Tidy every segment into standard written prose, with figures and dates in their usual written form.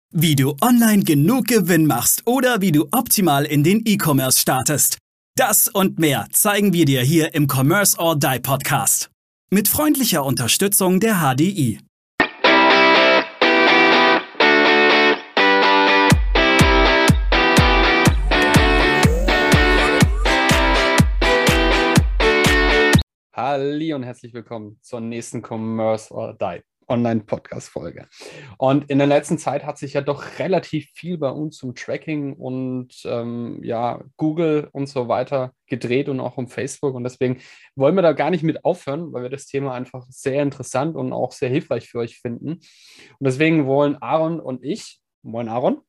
Wie du online genug Gewinn machst oder wie du optimal in den E-Commerce startest. Das und mehr zeigen wir dir hier im Commerce or Die Podcast. Mit freundlicher Unterstützung der HDI. Halli und herzlich willkommen zur nächsten Commerce or Die Online-Podcast-Folge. Und in der letzten Zeit hat sich ja doch relativ viel bei uns zum Tracking und Google und so weiter gedreht und auch um Facebook. Und deswegen wollen wir da gar nicht mit aufhören, weil wir das Thema einfach sehr interessant und auch sehr hilfreich für euch finden. Und deswegen wollen Aaron und ich, moin Aaron,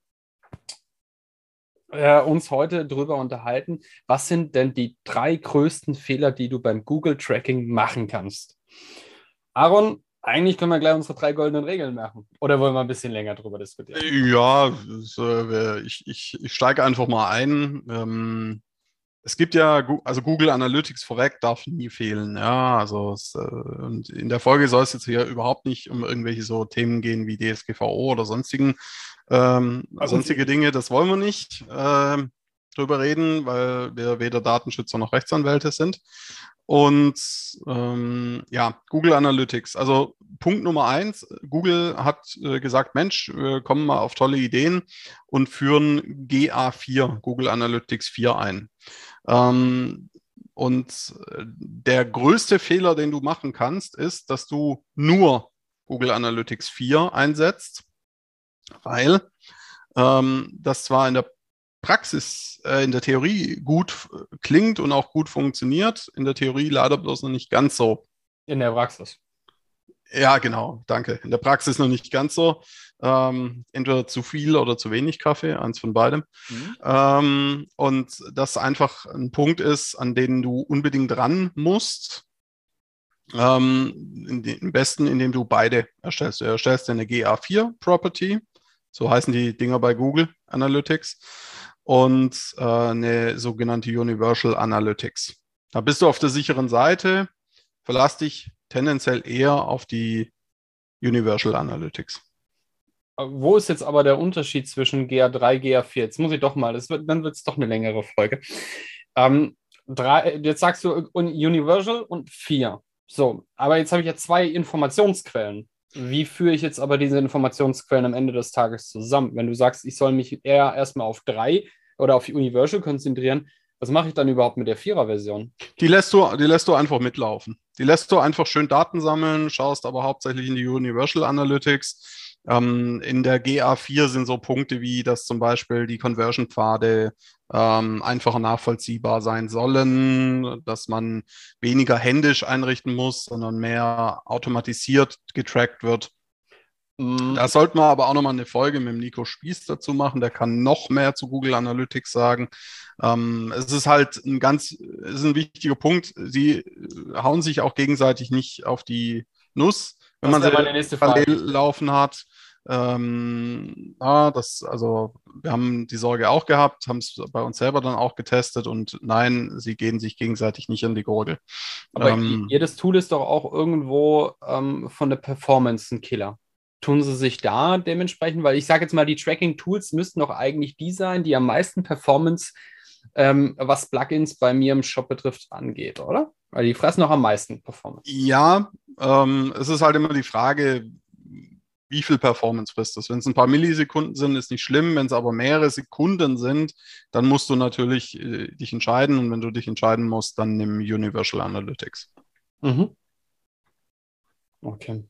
uns heute darüber unterhalten, was sind denn die 3 größten Fehler, die du beim Google-Tracking machen kannst. Aaron, eigentlich können wir gleich unsere 3 goldenen Regeln machen. Oder wollen wir ein bisschen länger darüber diskutieren? Ja, ich steige einfach mal ein. Es gibt ja, also Google Analytics vorweg darf nie fehlen. Ja, also und in der Folge soll es jetzt hier überhaupt nicht um irgendwelche so Themen gehen wie DSGVO oder sonstige Dinge. Das wollen wir nicht drüber reden, weil wir weder Datenschützer noch Rechtsanwälte sind. Und Google Analytics. Also Punkt Nummer 1, Google hat gesagt, Mensch, wir kommen mal auf tolle Ideen und führen GA4, Google Analytics 4 ein. Und der größte Fehler, den du machen kannst, ist, dass du nur Google Analytics 4 einsetzt, weil das zwar in der Praxis, in der Theorie gut klingt und auch gut funktioniert, in der Theorie leider bloß noch nicht ganz so. In der Praxis. Ja, genau, danke. In der Praxis noch nicht ganz so. Entweder zu viel oder zu wenig Kaffee, eins von beidem. Und das einfach ein Punkt ist, an den du unbedingt ran musst. Am besten, indem du beide erstellst. Du erstellst eine GA4-Property, so heißen die Dinger bei Google Analytics, und eine sogenannte Universal Analytics. Da bist du auf der sicheren Seite, verlass dich tendenziell eher auf die Universal Analytics. Wo ist jetzt aber der Unterschied zwischen GA3, GA4? Jetzt muss ich doch mal, dann wird es doch eine längere Folge. Jetzt sagst du Universal und 4. So, aber jetzt habe ich ja 2 Informationsquellen. Wie führe ich jetzt aber diese Informationsquellen am Ende des Tages zusammen? Wenn du sagst, ich soll mich eher erstmal auf 3 oder auf Universal konzentrieren, was mache ich dann überhaupt mit der 4er-Version? Die lässt du einfach mitlaufen. Die lässt du einfach schön Daten sammeln, schaust aber hauptsächlich in die Universal Analytics. In der GA4 sind so Punkte wie, dass zum Beispiel die Conversion-Pfade einfacher nachvollziehbar sein sollen, dass man weniger händisch einrichten muss, sondern mehr automatisiert getrackt wird. Da sollten wir aber auch nochmal eine Folge mit dem Nico Spieß dazu machen. Der kann noch mehr zu Google Analytics sagen. Es ist halt es ist ein wichtiger Punkt. Sie hauen sich auch gegenseitig nicht auf die Nuss, wenn man sie parallel laufen hat. Wir haben die Sorge auch gehabt, haben es bei uns selber dann auch getestet und nein, sie gehen sich gegenseitig nicht in die Gurgel. Aber jedes Tool ist doch auch irgendwo von der Performance ein Killer. Tun sie sich da dementsprechend, weil ich sage jetzt mal, die Tracking-Tools müssten doch eigentlich die sein, die am meisten Performance, was Plugins bei mir im Shop betrifft, angeht, oder? Weil die fressen noch am meisten Performance. Ja, es ist halt immer die Frage, wie viel Performance frisst das? Wenn es ein paar Millisekunden sind, ist nicht schlimm. Wenn es aber mehrere Sekunden sind, dann musst du natürlich dich entscheiden. Und wenn du dich entscheiden musst, dann nimm Universal Analytics. Okay.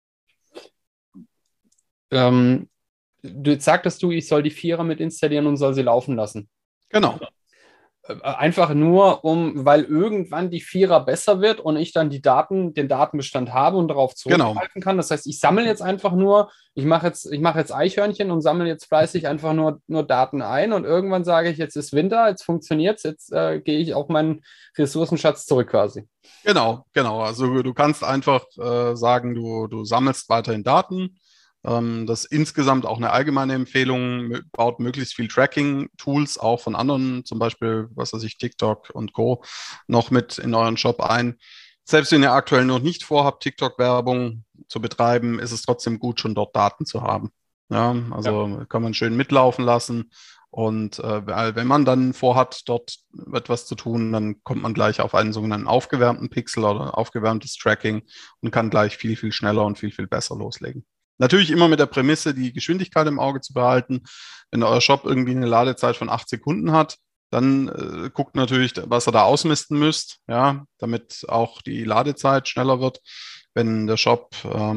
Du sagtest ich soll die 4er mit installieren und soll sie laufen lassen. Genau. Einfach nur, weil irgendwann die 4er besser wird und ich dann den Datenbestand habe und darauf zurückgreifen kann. Das heißt, ich sammle jetzt einfach nur, ich mache jetzt Eichhörnchen und sammle jetzt fleißig einfach nur Daten ein und irgendwann sage ich, jetzt ist Winter, jetzt funktioniert es, jetzt gehe ich auf meinen Ressourcenschatz zurück quasi. Genau. Also du kannst einfach sagen, du sammelst weiterhin Daten. Das ist insgesamt auch eine allgemeine Empfehlung, baut möglichst viel Tracking-Tools auch von anderen, zum Beispiel, TikTok und Co. noch mit in euren Shop ein. Selbst wenn ihr aktuell noch nicht vorhabt, TikTok-Werbung zu betreiben, ist es trotzdem gut, schon dort Daten zu haben. Ja, also kann man schön mitlaufen lassen. Und wenn man dann vorhat, dort etwas zu tun, dann kommt man gleich auf einen sogenannten aufgewärmten Pixel oder aufgewärmtes Tracking und kann gleich viel, viel schneller und viel, viel besser loslegen. Natürlich immer mit der Prämisse, die Geschwindigkeit im Auge zu behalten. Wenn euer Shop irgendwie eine Ladezeit von 8 Sekunden hat, dann guckt natürlich, was ihr da ausmisten müsst, ja, damit auch die Ladezeit schneller wird. Wenn der Shop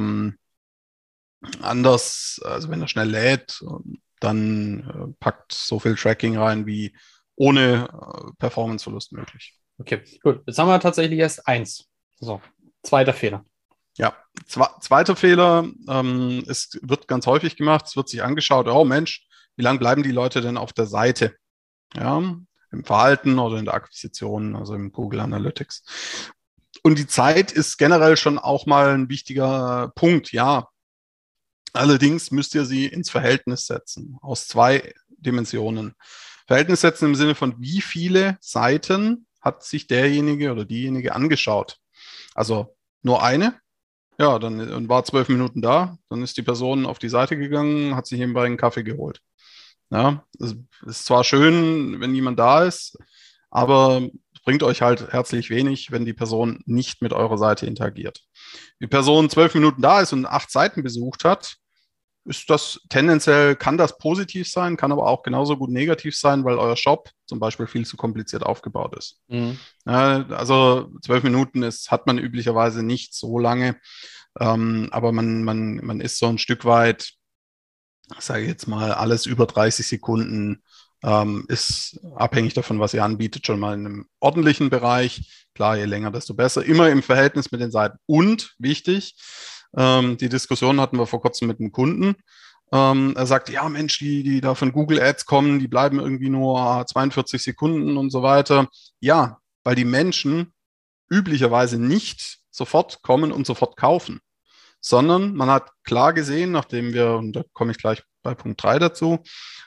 also wenn er schnell lädt, dann packt so viel Tracking rein, wie ohne Performanceverlust möglich. Okay, gut. Jetzt haben wir tatsächlich erst 1. So, zweiter Fehler. Ja, zweiter Fehler, es wird ganz häufig gemacht, es wird sich angeschaut, oh Mensch, wie lange bleiben die Leute denn auf der Seite? Ja, im Verhalten oder in der Akquisition, also im Google Analytics. Und die Zeit ist generell schon auch mal ein wichtiger Punkt, ja. Allerdings müsst ihr sie ins Verhältnis setzen, aus 2 Dimensionen. Verhältnis setzen im Sinne von, wie viele Seiten hat sich derjenige oder diejenige angeschaut? Also nur eine? Ja, dann war 12 Minuten da, dann ist die Person auf die Seite gegangen, hat sich nebenbei einen Kaffee geholt. Ja, es ist zwar schön, wenn jemand da ist, aber es bringt euch halt herzlich wenig, wenn die Person nicht mit eurer Seite interagiert. Die Person 12 Minuten da ist und 8 Seiten besucht hat, ist das tendenziell, kann das positiv sein, kann aber auch genauso gut negativ sein, weil euer Shop zum Beispiel viel zu kompliziert aufgebaut ist. Mhm. Also 12 Minuten hat man üblicherweise nicht so lange, aber man ist so ein Stück weit, sage ich jetzt mal, alles über 30 Sekunden ist abhängig davon, was ihr anbietet, schon mal in einem ordentlichen Bereich. Klar, je länger, desto besser. Immer im Verhältnis mit den Seiten. Und wichtig, die Diskussion hatten wir vor kurzem mit einem Kunden. Er sagt, ja Mensch, die da von Google Ads kommen, die bleiben irgendwie nur 42 Sekunden und so weiter. Ja, weil die Menschen üblicherweise nicht sofort kommen und sofort kaufen, sondern man hat klar gesehen, nachdem wir, und da komme ich gleich bei Punkt 3 dazu,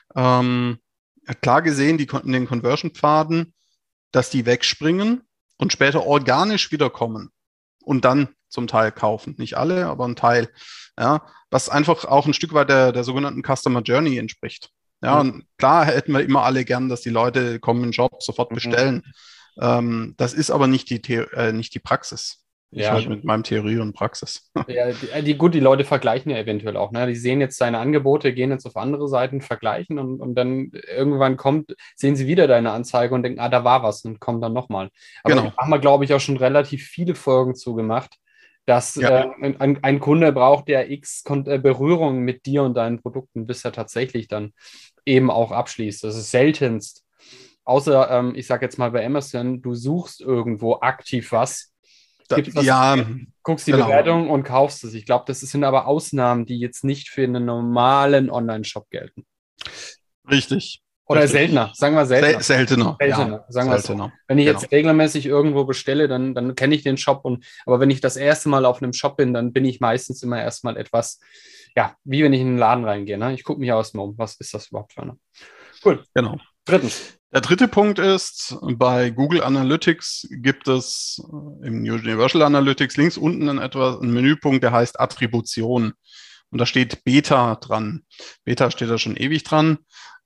hat klar gesehen, in den Conversion-Pfaden, dass die wegspringen und später organisch wiederkommen und dann zum Teil kaufen. Nicht alle, aber ein Teil. Ja, was einfach auch ein Stück weit der sogenannten Customer Journey entspricht. Ja, und klar hätten wir immer alle gern, dass die Leute kommen in den Job, sofort bestellen. Das ist aber nicht die Praxis. Ich halt mit meinem Theorie und Praxis. Ja, die Leute vergleichen ja eventuell auch. Ne? Die sehen jetzt deine Angebote, gehen jetzt auf andere Seiten, vergleichen und dann irgendwann sehen sie wieder deine Anzeige und denken, da war was und kommen dann nochmal. Aber da haben wir, glaube ich, auch schon relativ viele Folgen zugemacht, dass ein Kunde braucht, der X Berührung mit dir und deinen Produkten, bis er tatsächlich dann eben auch abschließt. Das ist seltenst. Außer, ich sage jetzt mal bei Amazon, du suchst irgendwo aktiv was, guckst die Bewertung und kaufst es. Ich glaube, das sind aber Ausnahmen, die jetzt nicht für einen normalen Online-Shop gelten. Richtig. Oder seltener, sagen wir seltener. Seltener, sagen wir so. Wenn ich jetzt regelmäßig irgendwo bestelle, dann kenne ich den Shop. Aber wenn ich das erste Mal auf einem Shop bin, dann bin ich meistens immer erstmal etwas, wie wenn ich in einen Laden reingehe. Ne? Ich gucke mich erstmal um, was ist das überhaupt für eine? Cool. Genau. Drittens. Der dritte Punkt ist, bei Google Analytics gibt es im Universal Analytics links unten einen Menüpunkt, der heißt Attribution. Und da steht Beta dran. Beta steht da schon ewig dran.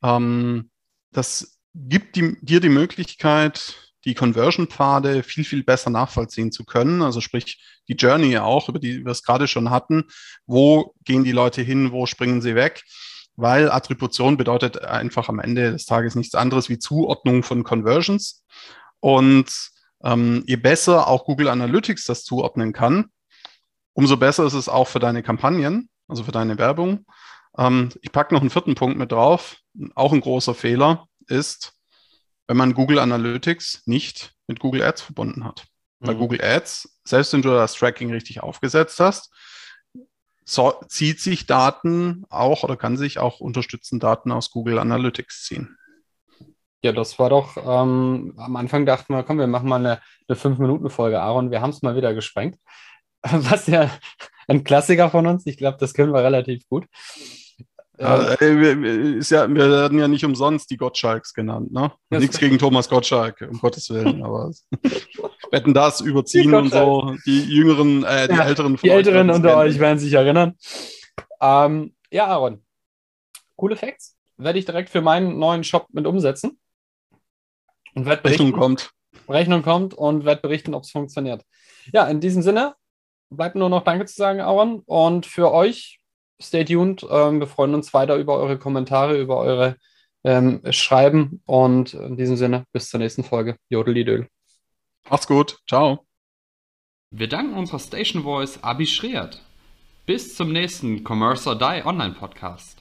Das gibt dir die Möglichkeit, die Conversion-Pfade viel, viel besser nachvollziehen zu können. Also sprich, die Journey auch, über die wir es gerade schon hatten. Wo gehen die Leute hin? Wo springen sie weg? Weil Attribution bedeutet einfach am Ende des Tages nichts anderes wie Zuordnung von Conversions. Und je besser auch Google Analytics das zuordnen kann, umso besser ist es auch für deine Kampagnen, also für deine Werbung. Ich packe noch einen 4. Punkt mit drauf. Auch ein großer Fehler ist, wenn man Google Analytics nicht mit Google Ads verbunden hat. Weil Google Ads, selbst wenn du das Tracking richtig aufgesetzt hast, zieht sich Daten auch oder kann sich auch unterstützend Daten aus Google Analytics ziehen. Ja, das war doch, am Anfang dachten wir, komm, wir machen mal eine 5-Minuten-Folge, Aaron, wir haben es mal wieder gesprengt. Was ja ein Klassiker von uns, ich glaube, das können wir relativ gut. Wir werden ja nicht umsonst die Gottschalks genannt, ne? Nichts gegen Thomas Gottschalk, um Gottes Willen, aber wetten das, überziehen und so, die Jüngeren, die Älteren von euch. Die Älteren unter euch werden sich erinnern. Ja, Aaron, Coole Facts. Werde ich direkt für meinen neuen Shop mit umsetzen. Und werde Rechnung kommt. Rechnung kommt und werde berichten, ob es funktioniert. Ja, in diesem Sinne bleibt nur noch Danke zu sagen, Aaron. Und für euch, stay tuned. Wir freuen uns weiter über eure Kommentare, über eure Schreiben. Und in diesem Sinne, bis zur nächsten Folge. Jodelidöl. Macht's gut. Ciao. Wir danken unserer Station Voice Abi Schreert. Bis zum nächsten Commerce or Die Online Podcast.